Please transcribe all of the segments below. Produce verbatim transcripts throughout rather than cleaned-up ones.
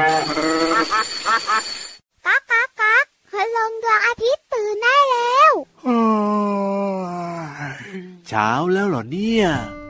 ก๊ากก๊ากก๊ากคืนลงดวงอาทิตย์ตื่นได้แล้วเช้าแล้วเหรอเนี่ย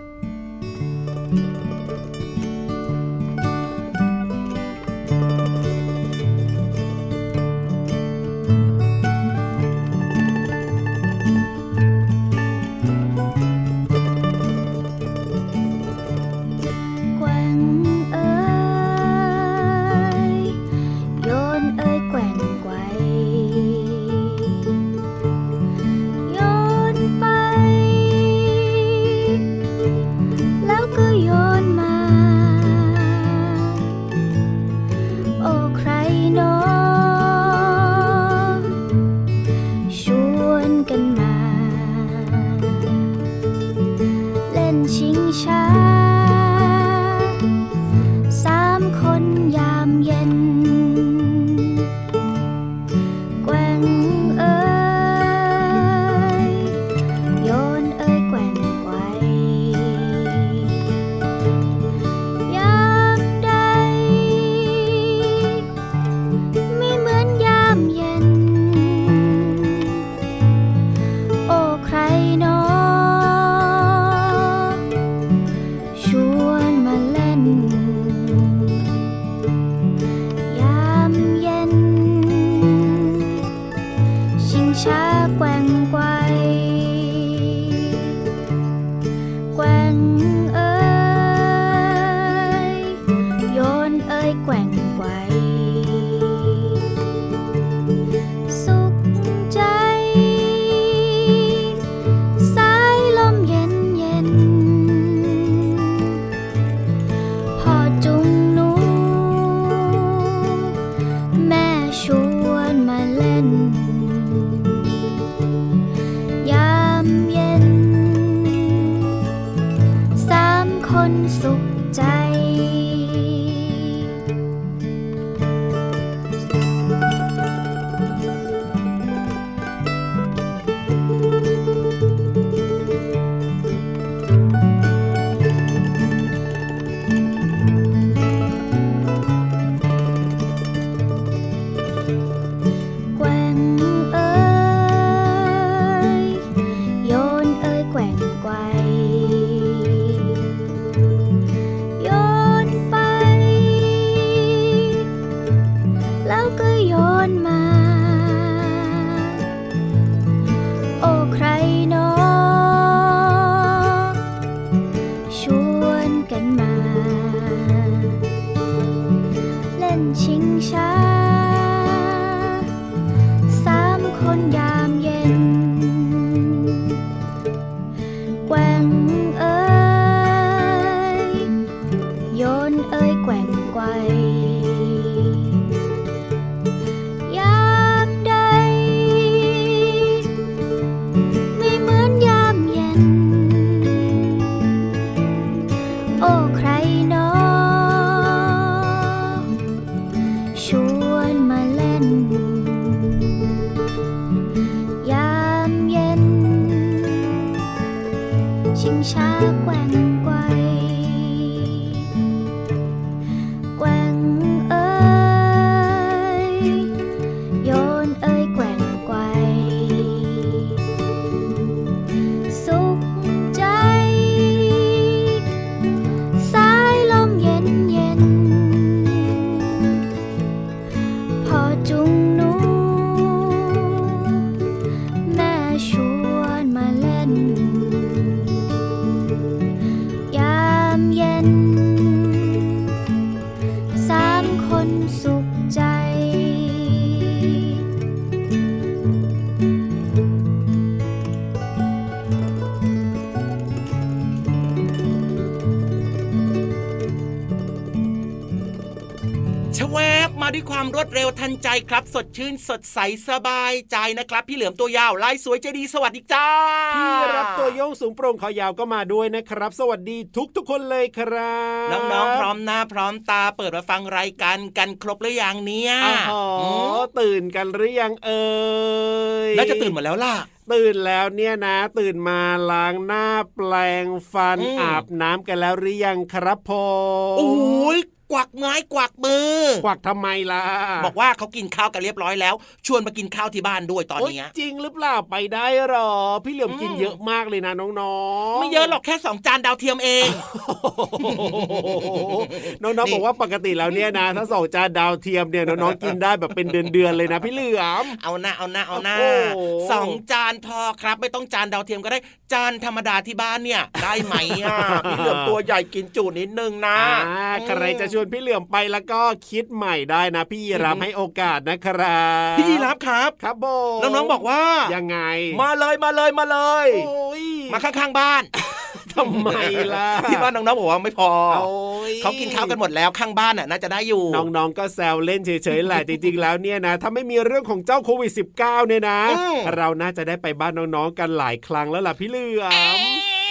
ด้วยความรวดเร็วทันใจครับสดชื่นสดใสสบายใจนะครับพี่เหลือมตัวยาวลายสวยใจดีสวัสดีจ้าพี่รับตัวโยงสูงโปร่งคอยาวก็มาด้วยนะครับสวัสดีทุกทุกคนเลยครับน้องๆพร้อมหน้าพร้อมตาเปิดมาฟังรายการกันครบหรือยังเนี่ยอ๋อตื่นกันหรือยังเอ่ยน่าจะตื่นหมดแล้วล่ะตื่นแล้วเนี่ยนะตื่นมาล้างหน้าแปรงฟันอาบน้ำกันแล้วหรือยังครับพ่อโอ้ยกวักไม้กวักมือกวักทำไมล่ะบอกว่าเขากินข้าวกันเรียบร้อยแล้วชวนมากินข้าวที่บ้านด้วยตอนนี้จริงหรือเปล่าไปได้หรอพี่เหลือมกินเยอะมากเลยนะน้องๆไม่เยอะหรอกแค่สองจานดาวเทียมเองน้องๆบอกว่าปกติแล้วเนี่ยนะถ้าสองจานดาวเทียมเนี่ยน้องๆกินได้แบบเป็นเดือนๆเลยนะพี่เหลือมเอาหน้าเอาหน้าเอาหน้าสองจานพอครับไม่ต้องจานดาวเทียมก็ได้จานธรรมดาที่บ้านเนี่ยได้ไหมอ่ะพี่เหลือมตัวใหญ่กินจุนิดนึงนะใครจะชวนพี่เหลือมไปแล้วก็คิดใหม่ได้นะพี่ยีรับให้โอกาสนะครับพี่ยีรับครับครับโบน้องๆบอกว่ายังไงมาเลยมาเลยมาเลยมาข้างๆบ้านทำไมล่ะที่บ้านน้องๆบอกว่าไม่พอเขากินข้าวกันหมดแล้วข้างบ้านน่ะน่าจะได้อยู่น้องๆก็แซวเล่นเฉยๆแหละจริงๆแล้วเนี่ยนะถ้าไม่มีเรื่องของเจ้าโควิด สิบเก้า เนี่ยนะเราน่าจะได้ไปบ้านน้องๆกันหลายครั้งแล้วล่ะพี่เหลือม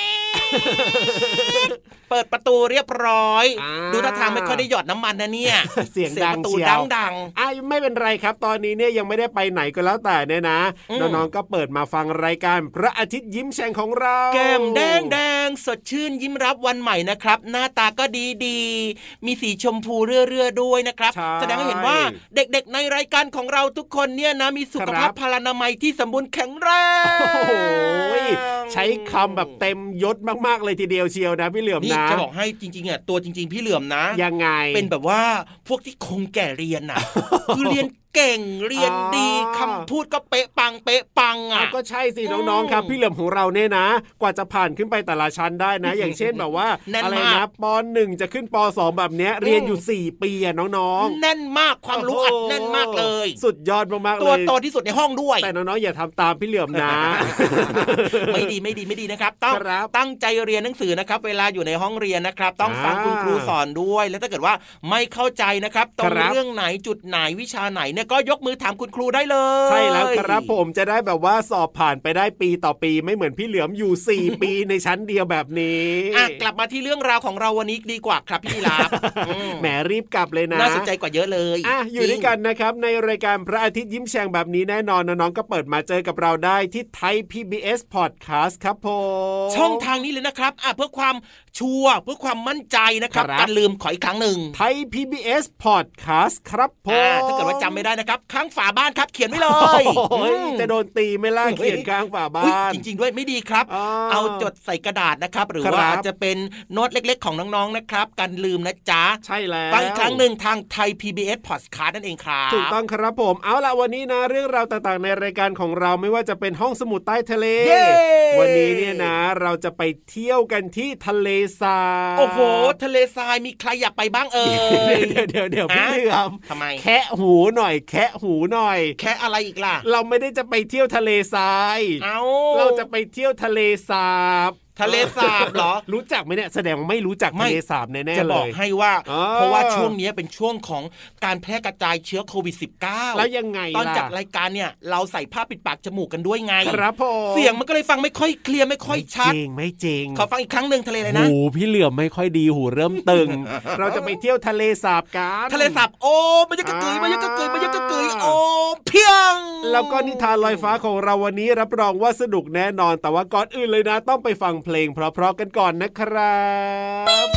เปิดประตูเรียบร้อยดูท่าทางไม่ค่อยได้หยอดน้ำมันนะเนี่ยเสียงดังเชียวดังๆอ่ะไม่เป็นไรครับตอนนี้เนี่ยยังไม่ได้ไปไหนก็แล้วแต่เนี่ยนะน้องๆก็เปิดมาฟังรายการพระอาทิตย์ยิ้มแฉ่งของเราแก้มแดงแดงสดชื่นยิ้มรับวันใหม่นะครับหน้าตาก็ดีดีมีสีชมพูเรื่อๆด้วยนะครับแสดงให้เห็นว่าเด็กๆในรายการของเราทุกคนเนี่ยนะมีสุขภาพพลานามัยที่สมบูรณ์แข็งแรงโอ้โหใช้คำแบบเต็มยศมากๆเลยทีเดียวเชียวนะพี่เหลือมนะจะบอกให้จริงๆอ่ะตัวจริงๆพี่เหลือมนะยังไงเป็นแบบว่าพวกที่คงแก่เรียนน่ะ คือเรียนเก่งเรียนดีคำพูดก็เป๊ะปังเป๊ะปังอ่ะก็ใช่สิน้องๆครับพี่เหลือมของเราเนี่ยนะกว่าจะผ่านขึ้นไปแต่ละชั้นได้นะอย่างเช่นแบบว่าอะไรนะป.หนึ่ง จะขึ้นป.สอง แบบเนี้ยเรียนอยู่สี่ปีอ่ะน้องๆแน่นมากความรู้อัดแน่นมากเลยสุดยอดมากๆเลยตัวโตที่สุดในห้องด้วยแต่น้องๆอย่าทำตามพี่เหลือมนะไม่ดีไม่ดีไม่ดีนะครับต้องตั้งใจเรียนหนังสือนะครับเวลาอยู่ในห้องเรียนนะครับต้องฟังคุณครูสอนด้วยแล้วถ้าเกิดว่าไม่เข้าใจนะครับตรงเรื่องไหนจุดไหนวิชาไหนเนี่ยก็ยกมือถามคุณครูได้เลยใช่แล้วครับผมจะได้แบบว่าสอบผ่านไปได้ปีต่อปีไม่เหมือนพี่เหลือมอยู่สี่ ปีในชั้นเดียวแบบนี้อ่ะกลับมาที่เรื่องราวของเราวันนี้ดีกว่าครับพี่ลาบแหมรีบกลับเลยนะน่าสนใจกว่าเยอะเลยอ่ะอยู่ด้วยกันนะครับในรายการพระอาทิตย์ยิ้มแฉ่งแบบนี้แน่นอนน้องๆก็เปิดมาเจอกับเราได้ที่ไทย พี บี เอส Podcast ครับผมช่องทางนี้เลยนะครับอ่ะเพื่อความชัวร์เพื่อความมั่นใจนะครับการลืมขออีกครั้งหนึ่งไทย พี บี เอส Podcast ครับผมถ้าเกิดว่าจำไม่ได้นะครับข้างฝาบ้านครับเขียนไว้เลยจะโดนตีไม่ล่ะเขียนข้างฝาบ้านจริงๆด้วยไม่ดีครับเอาจดใส่กระดาษนะครับหรือว่าอาจจะเป็นโน้ตเล็กๆของน้องๆนะครับกันลืมนะจ๊ะใช่แล้วฟังอีกครั้งหนึ่งทางไทย พี บี เอส Podcast นั่นเองครับถูกต้องครับผมเอาล่ะวันนี้นะเรื่องราวต่างๆในรายการของเราไม่ว่าจะเป็นห้องสมุดใต้ทะเลวันนี้เนี่ยนะเราจะไปเที่ยวกันที่ทะเลทรายโอ้โหทะเลทรายมีใครอยากไปบ้างเอ่ยเดี๋ยวเดี๋ยวเดี๋ยวพี่เหลือมทำไมแคะหูหน่อยแคะหูหน่อยแคะอะไรอีกล่ะเราไม่ได้จะไปเที่ยวทะเลทรายเอาเราจะไปเที่ยวทะเลสาบทะเลสาบเหรอรู้จักไหมเนี่ยแสดงว่าไม่รู้จักทะเลสาบแน่ๆเลยจะบอกให้ว่าเพราะว่าช่วงนี้เป็นช่วงของการแพร่กระจายเชื้อโควิด สิบเก้าแล้วยังไงล่ะตอนจัดรายการเนี่ยเราใส่ผ้าปิดปากจมูกกันด้วยไงครับผมเสียงมันก็เลยฟังไม่ค่อยเคลียร์ไม่ค่อยชัดจริงไม่จริงขอฟังอีกครั้งนึงทะเลเลยนะหูพี่เหลือมไม่ค่อยดีหูเริ่มตึงเราจะไปเที่ยวทะเลสาบกันทะเลสาบโอ้มันยังกระกุยมันยังกระกุยมันยังกระกุยโอ้เพียงแล้วก็นิทานลอยฟ้าของเราวันนี้รับรองว่าสนุกแน่นอนแต่ว่าก่อนอื่นเลยนะต้องไปฟังเพลงเพราะๆกันก่อนนะครับ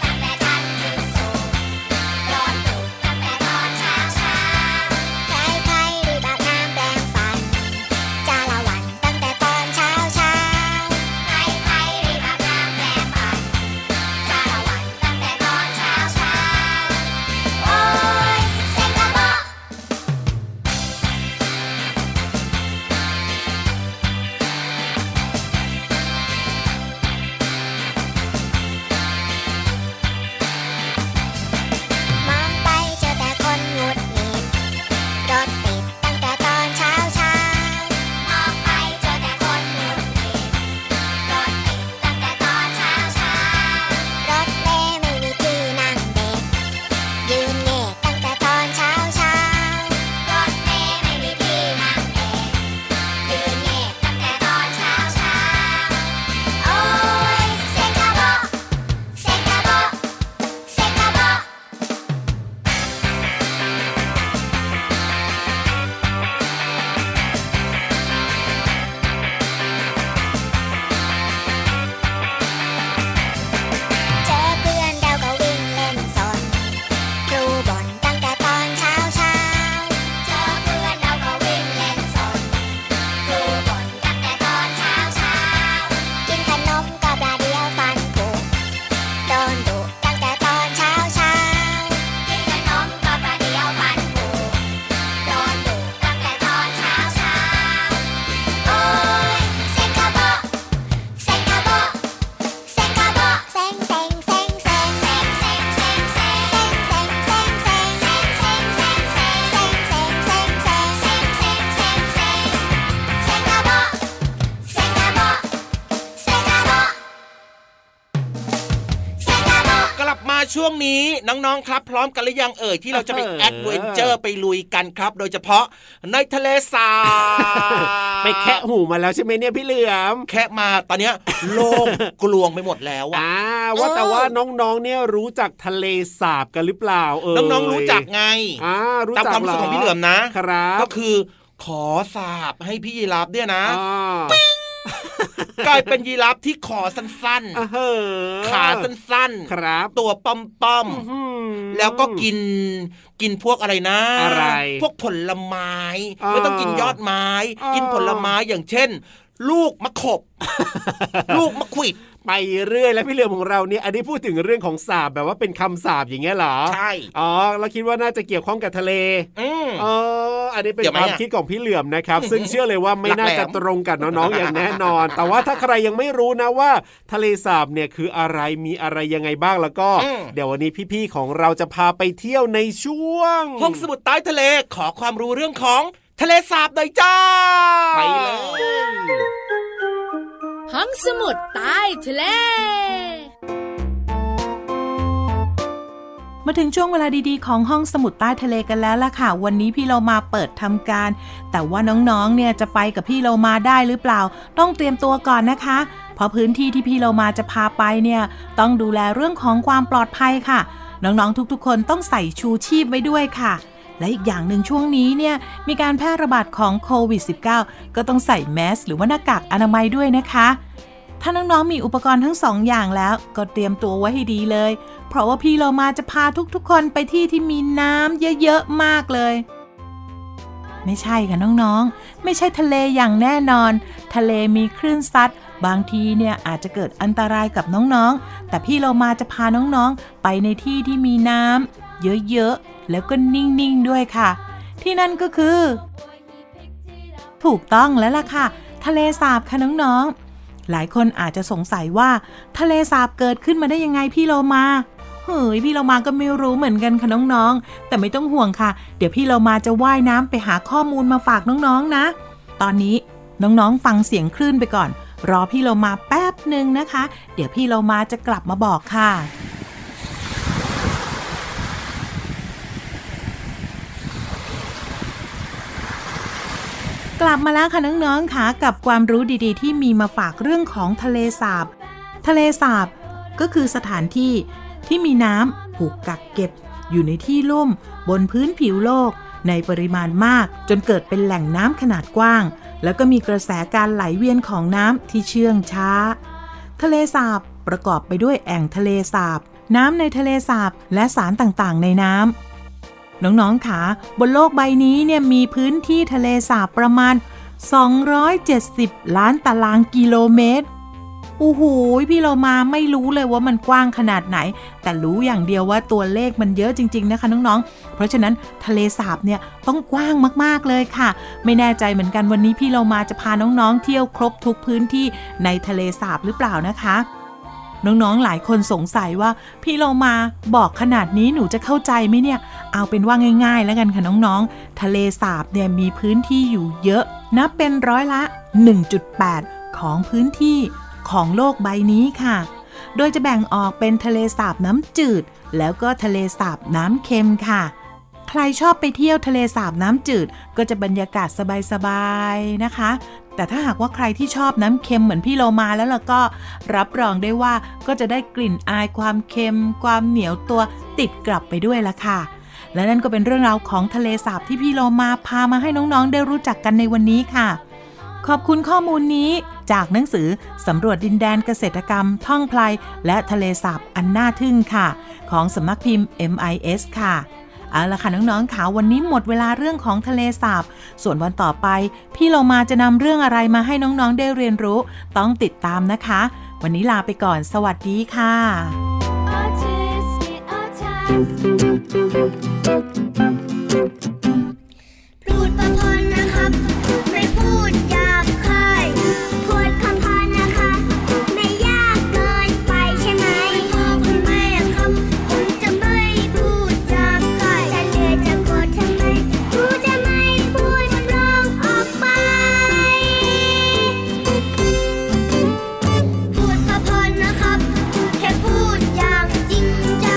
ใครลับมาช่วงนี้น้องๆครับพร้อมกันหรือยังเอ่ยที่เราจะไปแอดเวนเจอร์ไปลุยกันครับโดยเฉพาะในทะเลสาบไปแคะหูมาแล้วใช่ไหมเนี่ยพี่เหลือมแคะมาตอนเนี้ยโล่งกลวงไปหมดแล้วอ่ะว่าแต่ว่าน้องๆเนี่ยรู้จักทะเลสาบกันหรือเปล่าเออน้องๆรู้จักไงตามความรู้สึกของพี่เหลือมนะครับก็คือขอสาบให้พี่ยีราฟเนี่ยนะกลายเป็นยีราฟที่คอสั้นๆขาสั้นๆครับตัวป้อมๆแล้วก็กินกินพวกอะไรนะอะไรพวกผลไม้ไม่ต้องกินยอดไม้กินผลไม้อย่างเช่นลูกมะขบ ลูกมะขวิดไปเรื่อยแล้วพี่เหลือมของเราเนี่ยอันนี้พูดถึงเรื่องของสาบแบบว่าเป็นคำสาบอย่างเงี้ยเหรอใช่อ๋อเราคิดว่าน่าจะเกี่ยวข้องกับทะเลอืมอ๋ออันนี้เป็นความคิดของพี่เหลือมนะครับซึ่งเชื่อเลยว่าไม่น่าจะตรงกับน้องๆอย่างแน่นอนแต่ว่าถ้าใครยังไม่รู้นะว่าทะเลสาบเนี่ยคืออะไรมีอะไรยังไงบ้างแล้วก็เดี๋ยววันนี้พี่ๆของเราจะพาไปเที่ยวในช่วงห้องสมุดใต้ทะเลขอความรู้เรื่องของทะเลสาบหน่อยจ้าไปเลยห้องสมุดใต้ทะเลมาถึงช่วงเวลาดีๆของห้องสมุดใต้ทะเลกันแล้วล่ะค่ะวันนี้พี่เรามาเปิดทำการแต่ว่าน้องๆเนี่ยจะไปกับพี่เรามาได้หรือเปล่าต้องเตรียมตัวก่อนนะคะเพราะพื้นที่ที่พี่เรามาจะพาไปเนี่ยต้องดูแลเรื่องของความปลอดภัยค่ะน้องๆทุกๆคนต้องใส่ชูชีพไว้ด้วยค่ะและอีกอย่างหนึ่งช่วงนี้เนี่ยมีการแพร่ระบาดของโควิด สิบเก้า ก็ต้องใส่แมสหรือว่าหน้ากากอนามัยด้วยนะคะถ้าน้องๆมีอุปกรณ์ทั้งสองอย่างแล้วก็เตรียมตัวไว้ให้ดีเลยเพราะว่าพี่เรามาจะพาทุกๆคนไปที่ที่มีน้ำเยอะๆมากเลยไม่ใช่ค่ะน้องๆไม่ใช่ทะเลอย่างแน่นอนทะเลมีคลื่นซัดบางทีเนี่ยอาจจะเกิดอันตรายกับน้องๆแต่พี่เรามาจะพาน้องๆไปในที่ที่มีน้ำเยอะๆแล้วก็นิ่งๆด้วยค่ะที่นั่นก็คือถูกต้องแล้วล่ะค่ะทะเลสาบค่ะน้องๆหลายคนอาจจะสงสัยว่าทะเลสาบเกิดขึ้นมาได้ยังไงพี่เรามาเฮ้ยพี่เรามาก็ไม่รู้เหมือนกันค่ะน้องๆแต่ไม่ต้องห่วงค่ะเดี๋ยวพี่เรามาจะว่ายน้ำไปหาข้อมูลมาฝากน้องๆนะตอนนี้น้องๆฟังเสียงคลื่นไปก่อนรอพี่เรามาแป๊บหนึ่งนะคะเดี๋ยวพี่เรามาจะกลับมาบอกค่ะกลับมาแล้วค่ะน้องๆค่ะกับความรู้ดีๆที่มีมาฝากเรื่องของทะเลสาบทะเลสาบก็คือสถานที่ที่มีน้ำถูกกักเก็บอยู่ในที่ลุ่มบนพื้นผิวโลกในปริมาณมากจนเกิดเป็นแหล่งน้ำขนาดกว้างแล้วก็มีกระแสการไหลเวียนของน้ำที่เชื่องช้าทะเลสาบประกอบไปด้วยแอ่งทะเลสาบน้ำในทะเลสาบและสารต่างๆในน้ำน้องๆค่ะบนโลกใบนี้เนี่ยมีพื้นที่ทะเลสาบประมาณสองร้อยเจ็ดสิบล้านตารางกิโลเมตรโอ้โหพี่เรามาไม่รู้เลยว่ามันกว้างขนาดไหนแต่รู้อย่างเดียวว่าตัวเลขมันเยอะจริงๆนะคะน้องๆเพราะฉะนั้นทะเลสาบเนี่ยต้องกว้างมากๆเลยค่ะไม่แน่ใจเหมือนกันวันนี้พี่เรามาจะพาน้องๆเที่ยวครบทุกพื้นที่ในทะเลสาบหรือเปล่านะคะน้องๆหลายคนสงสัยว่าพี่เรามาบอกขนาดนี้หนูจะเข้าใจไหมเนี่ยเอาเป็นว่าง่ายๆแล้วกันค่ะน้องๆทะเลสาบเนี่ยมีพื้นที่อยู่เยอะนับเป็นร้อยละ หนึ่งจุดแปด ของพื้นที่ของโลกใบนี้ค่ะโดยจะแบ่งออกเป็นทะเลสาบน้ำจืดแล้วก็ทะเลสาบน้ำเค็มค่ะใครชอบไปเที่ยวทะเลสาบน้ำจืดก็จะบรรยากาศสบายๆนะคะแต่ถ้าหากว่าใครที่ชอบน้ำเค็มเหมือนพี่โลมาแล้วล่ะก็รับรองได้ว่าก็จะได้กลิ่นอายความเค็มความเหนียวตัวติดกลับไปด้วยล่ะค่ะและนั่นก็เป็นเรื่องราวของทะเลสาบที่พี่โลมาพามาให้น้องๆได้รู้จักกันในวันนี้ค่ะขอบคุณข้อมูลนี้จากหนังสือสำรวจดินแดนเกษตรกรรมท่องไพลและทะเลสาบอันน่าทึ่งค่ะของสำนักพิมพ์ เอ็ม ไอ เอส ค่ะเอาล่ะค่ะน้องๆค่ะวันนี้หมดเวลาเรื่องของทะเลสาบส่วนวันต่อไปพี่เรามาจะนำเรื่องอะไรมาให้น้องๆได้เรียนรู้ต้องติดตามนะคะวันนี้ลาไปก่อนสวัสดีค่ะพูดประพนนะครับไม่พูดหยาบคายพูดคำพอนนะคะไม่ยากเกินไปใช่ไหมพ่อคุณแม่ครับผมจะไม่พูดหยาบคายจะเหนื่อยจะโกรธทำไมหนูจะไม่พูดร้องออกไปพูดประพนนะครับแค่พูดอย่างจริงใจ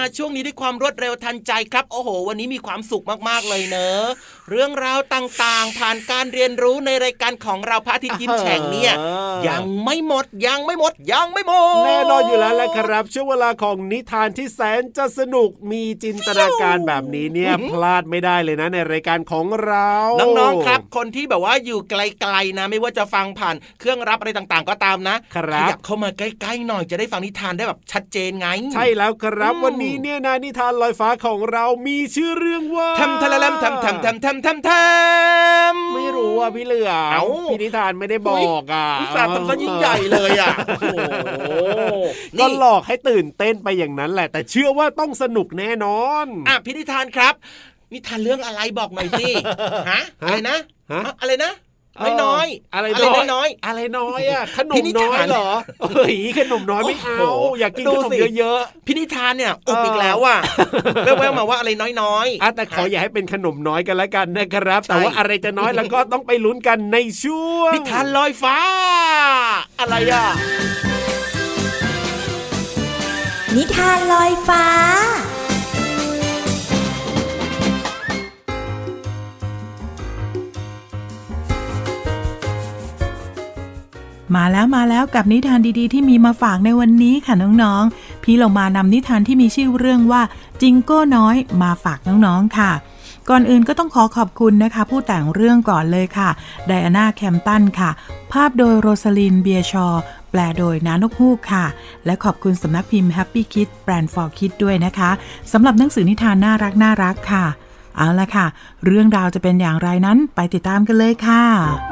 ช่วงนี้ด้วยความรวดเร็วทันใจครับโอ้โหวันนี้มีความสุขมากๆเลยเนอะเรื่องราวต่างๆผ่านการเรียนรู้ในรายการของเราพระอาทิตย์ยิ้มแฉ่งเนี่ยยังไม่หมดยังไม่หมดยังไม่หมดแน่นอนอยู่แล้วแหละครับช่วงเวลาของนิทานที่แสนจะสนุกมีจินตนาการแบบนี้เนี่ยพลาดไม่ได้เลยนะในรายการของเราน้องๆครับคนที่แบบว่าอยู่ไกลๆนะไม่ว่าจะฟังผ่านเครื่องรับอะไรต่างๆก็ตามนะขยับเข้ามาใกล้ๆหน่อยจะได้ฟังนิทานได้แบบชัดเจนไงใช่แล้วครับวันนี้เนี่ยนะนิทานลอยฟ้าของเรามีชื่อเรื่องว่าทำทะเลมทำทำทำทำทำทำไม่รู้อ่ะพี่เหลือมพี่นิทานไม่ได้บอกอ่ะอุตส่าห์ทำซะยิ่งใหญ่เลยอ่ะก็หลอกให้ตื่นเต้นไปอย่างนั้นแหละแต่เชื่อว่าต้องสนุกแน่นอนอ่ะพี่นิทานครับนิทานเรื่องอะไรบอกหน่อยสิฮะอะไรนะอะไรนะน้อยๆอะไรน้อยๆอะไรน้อยอ่ะขนมน้อยเหรอเฮ้ยขนมน้อยไม่เอาอยากกินขนมเยอะๆพี่นิทานเนี่ยอุบอีกแล้วอ่ะแว่วๆมาว่าอะไรน้อยๆอ่ะแต่ขออย่าให้เป็นขนมน้อยกันละกันนะครับแต่ว่าอะไรจะน้อยแล้วก็ต้องไปลุ้นกันในช่วงนิทานลอยฟ้าอะไรอ่ะนิทานลอยฟ้ามาแล้วมาแล้วกับนิทานดีๆที่มีมาฝากในวันนี้ค่ะน้องๆพี่เรามานำนิทานที่มีชื่อเรื่องว่าจิงโก้น้อยมาฝากน้องๆค่ะก่อนอื่นก็ต้องขอขอบคุณนะคะผู้แต่งเรื่องก่อนเลยค่ะไดอาน่าแคมตันค่ะภาพโดยโรซาลินเบียชอแปลโดยน้านกฮูกค่ะและขอบคุณสำนักพิมพ์ Happy Kids Brand for Kids ด้วยนะคะสำหรับหนังสือนิทานน่ารักน่ารักค่ะเอาล่ะค่ะเรื่องราวจะเป็นอย่างไรนั้นไปติดตามกันเลยค่ะ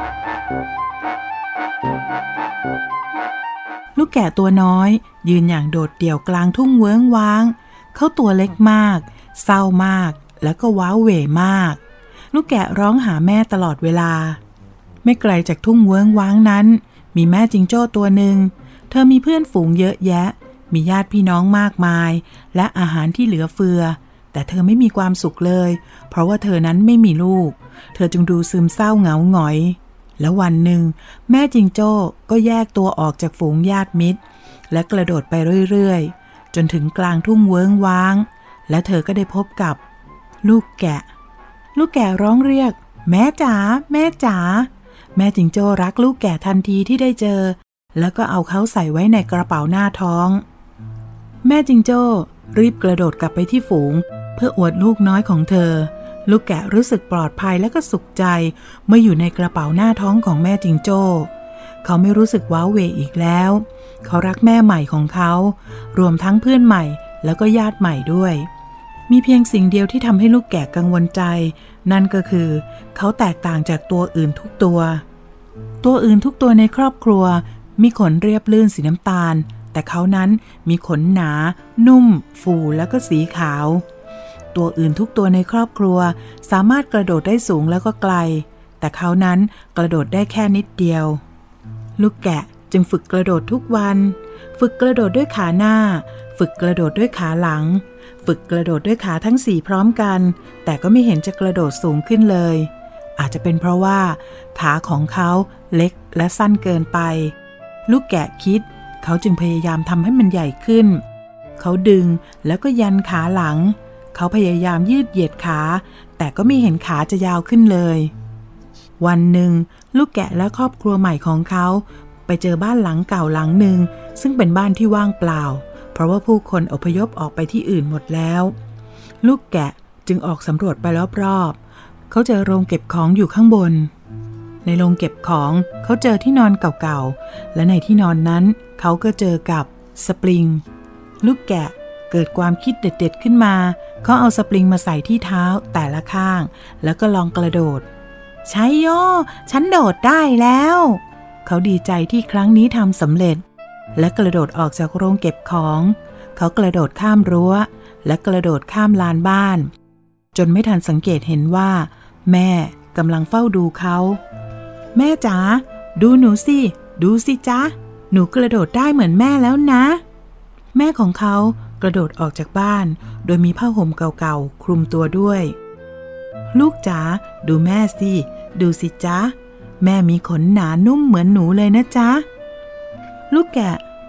ลูกแกะตัวน้อยยืนอย่างโดดเดี่ยวกลางทุ่งเวิ้งว้างเขาตัวเล็กมากเศร้ามากแล้วก็ว้าเหวมากลูกแกะร้องหาแม่ตลอดเวลาไม่ไกลจากทุ่งเวิ้งว้างนั้นมีแม่จิงโจ้ตัวหนึ่งเธอมีเพื่อนฝูงเยอะแยะมีญาติพี่น้องมากมายและอาหารที่เหลือเฟือแต่เธอไม่มีความสุขเลยเพราะว่าเธอนั้นไม่มีลูกเธอจึงดูซึมเศร้าเหงาหงอยแล้ววันหนึ่งแม่จิงโจ้ก็แยกตัวออกจากฝูงญาติมิตรและกระโดดไปเรื่อยๆจนถึงกลางทุ่งเวิ้งว้างและเธอก็ได้พบกับลูกแกะลูกแกะร้องเรียกแม่จ๋าแม่จ๋าแม่จิงโจ้รักลูกแกะทันทีที่ได้เจอแล้วก็เอาเขาใส่ไว้ในกระเป๋าหน้าท้องแม่จิงโจ้รีบกระโดดกลับไปที่ฝูงเพื่ออวดลูกน้อยของเธอลูกแกะรู้สึกปลอดภัยและก็สุขใจเมื่ออยู่ในกระเป๋าหน้าท้องของแม่จิงโจ้เขาไม่รู้สึกว้าเหวอีกแล้วเขารักแม่ใหม่ของเขารวมทั้งเพื่อนใหม่แล้วก็ญาติใหม่ด้วยมีเพียงสิ่งเดียวที่ทำให้ลูกแกะกังวลใจนั่นก็คือเขาแตกต่างจากตัวอื่นทุกตัวตัวอื่นทุกตัวในครอบครัวมีขนเรียบลื่นสีน้ำตาลแต่เขานั้นมีขนหนานุ่มฟูแล้วก็สีขาวตัวอื่นทุกตัวในครอบครัวสามารถกระโดดได้สูงแล้วก็ไกลแต่เขานั้นกระโดดได้แค่นิดเดียวลูกแกะจึงฝึกกระโดดทุกวันฝึกกระโดดด้วยขาหน้าฝึกกระโดดด้วยขาหลังฝึกกระโดดด้วยขาทั้งสี่พร้อมกันแต่ก็ไม่เห็นจะกระโดดสูงขึ้นเลยอาจจะเป็นเพราะว่าขาของเขาเล็กและสั้นเกินไปลูกแกะคิดเขาจึงพยายามทำให้มันใหญ่ขึ้นเขาดึงแล้วก็ยันขาหลังเขาพยายามยืดเหยียดขาแต่ก็ไม่เห็นขาจะยาวขึ้นเลยวันหนึ่งลูกแกะและครอบครัวใหม่ของเขาไปเจอบ้านหลังเก่าหลังหนึ่งซึ่งเป็นบ้านที่ว่างเปล่าเพราะว่าผู้คนอพยพออกไปที่อื่นหมดแล้วลูกแกะจึงออกสำรวจไปรอบๆเขาเจอโรงเก็บของอยู่ข้างบนในโรงเก็บของเขาเจอที่นอนเก่าๆและในที่นอนนั้นเขาก็เจอกับสปริงลูกแกะเกิดความคิดเด็ดๆขึ้นมาเขาเอาสปริงมาใส่ที่เท้าแต่ละข้างแล้วก็ลองกระโดดใช่โยฉันโดดได้แล้วเขาดีใจที่ครั้งนี้ทำสำเร็จและกระโดดออกจากโรงเก็บของเขากระโดดข้ามรั้วและกระโดดข้ามลานบ้านจนไม่ทันสังเกตเห็นว่าแม่กำลังเฝ้าดูเขาแม่จ๋าดูหนูสิดูสิจ๊ะหนูกระโดดได้เหมือนแม่แล้วนะแม่ของเขากระโดดออกจากบ้านโดยมีผ้าห่มเก่าๆคลุมตัวด้วยลูกจ๋าดูแม่สิดูสิจ๊ะแม่มีขนหนานุ่มเหมือนหนูเลยนะจ๊ะลูกแกะ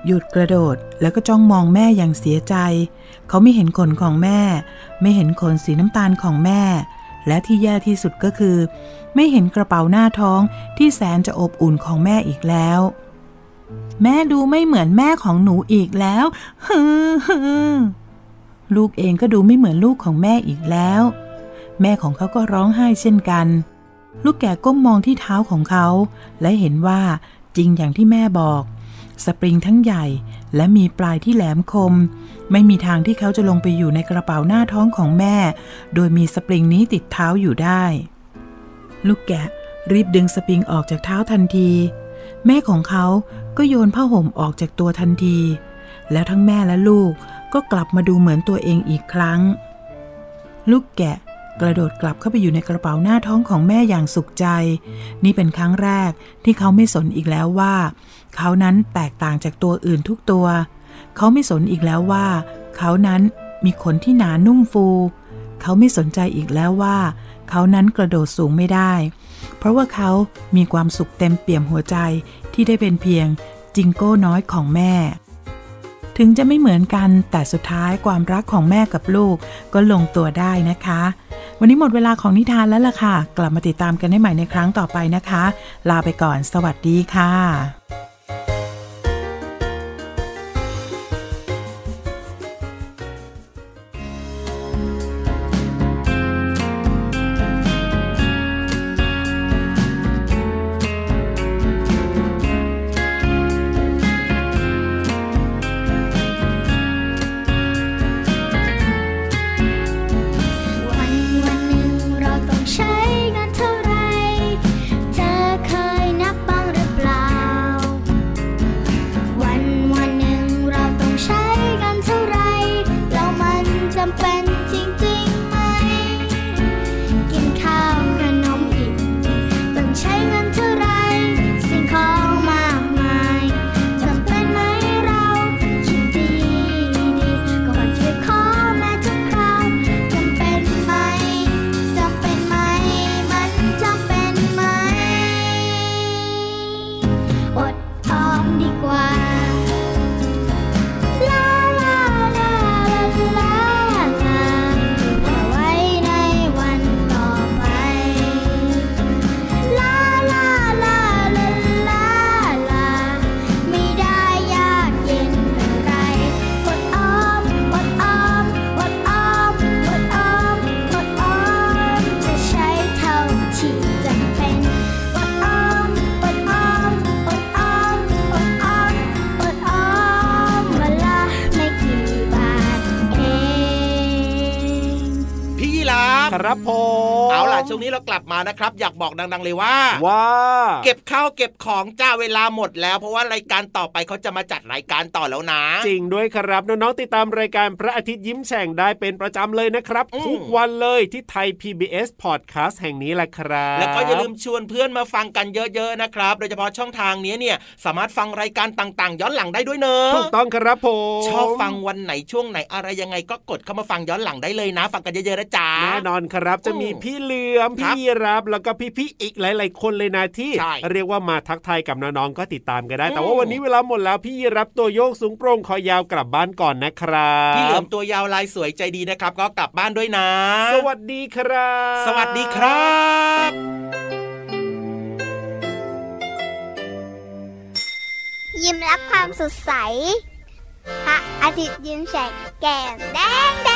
หยุดกระโดดแล้วก็จ้องมองแม่อย่างเสียใจเขาไม่เห็นขนของแม่ไม่เห็นขนสีน้ำตาลของแม่และที่แย่ที่สุดก็คือไม่เห็นกระเป๋าหน้าท้องที่แสนจะอบอุ่นของแม่อีกแล้วแม่ดูไม่เหมือนแม่ของหนูอีกแล้วฮึฮึลูกเองก็ดูไม่เหมือนลูกของแม่อีกแล้วแม่ของเขาก็ร้องไห้เช่นกันลูกแก่ก้มมองที่เท้าของเขาและเห็นว่าจริงอย่างที่แม่บอกสปริงทั้งใหญ่และมีปลายที่แหลมคมไม่มีทางที่เขาจะลงไปอยู่ในกระเป๋าหน้าท้องของแม่โดยมีสปริงนี้ติดเท้าอยู่ได้ลูกแกะรีบดึงสปริงออกจากเท้าทันทีแม่ของเขาก็โยนผ้าห่มออกจากตัวทันทีแล้วทั้งแม่และลูกก็กลับมาดูเหมือนตัวเองอีกครั้งลูกแกะกระโดดกลับเข้าไปอยู่ในกระเป๋าหน้าท้องของแม่อย่างสุขใจนี่เป็นครั้งแรกที่เขาไม่สนอีกแล้วว่าเขานั้นแตกต่างจากตัวอื่นทุกตัวเขาไม่สนอีกแล้วว่าเขานั้นมีขนที่หนานุ่มฟูเขาไม่สนใจอีกแล้วว่าเขานั้นกระโดดสูงไม่ได้เพราะว่าเขามีความสุขเต็มเปี่ยมหัวใจที่ได้เป็นเพียงจิงโก้น้อยของแม่ถึงจะไม่เหมือนกันแต่สุดท้ายความรักของแม่กับลูกก็ลงตัวได้นะคะวันนี้หมดเวลาของนิทานแล้วล่ะค่ะกลับมาติดตามกันได้ใหม่ในครั้งต่อไปนะคะลาไปก่อนสวัสดีค่ะครับผมเอาล่ะช่วงนี้เรากลับมานะครับอยากบอกดังๆเลยว่าว่าเก็บข้าวเก็บของจ้าเวลาหมดแล้วเพราะว่ารายการต่อไปเขาจะมาจัดรายการต่อแล้วนะจริงด้วยครับน้องๆติดตามรายการพระอาทิตย์ยิ้มแฉ่งได้เป็นประจำเลยนะครับทุกวันเลยที่ไทย พี บี เอส Podcast แห่งนี้แหละครับแล้วก็อย่าลืมชวนเพื่อนมาฟังกันเยอะๆนะครับโดยเฉพาะช่องทางนี้เนี่ยสามารถฟังรายการต่างๆย้อนหลังได้ด้วยเนอะถูกต้องครับผมชอบฟังวันไหนช่วงไหนอะไรยังไงก็กดเข้ามาฟังย้อนหลังได้เลยนะฟังกันเยอะๆนะจ๊ะแน่นอนครับจะมีพี่เหลือมพี่รับแล้วก็พี่ๆอีกหลายๆคนเลยนะที่เรียกว่ามาทักทายกับน้องๆก็ติดตามกันได้แต่ว่าวันนี้เวลาหมดแล้วพี่รับตัวโยกสูงโปร่งคอยาวกลับบ้านก่อนนะครับพี่เหลือมตัวยาวลายสวยใจดีนะครับก็กลับบ้านด้วยนะสวัสดีครับสวัสดีครับยิ้มรับความสดใสพระอาทิตย์ยิ้มแฉกแก้มแดง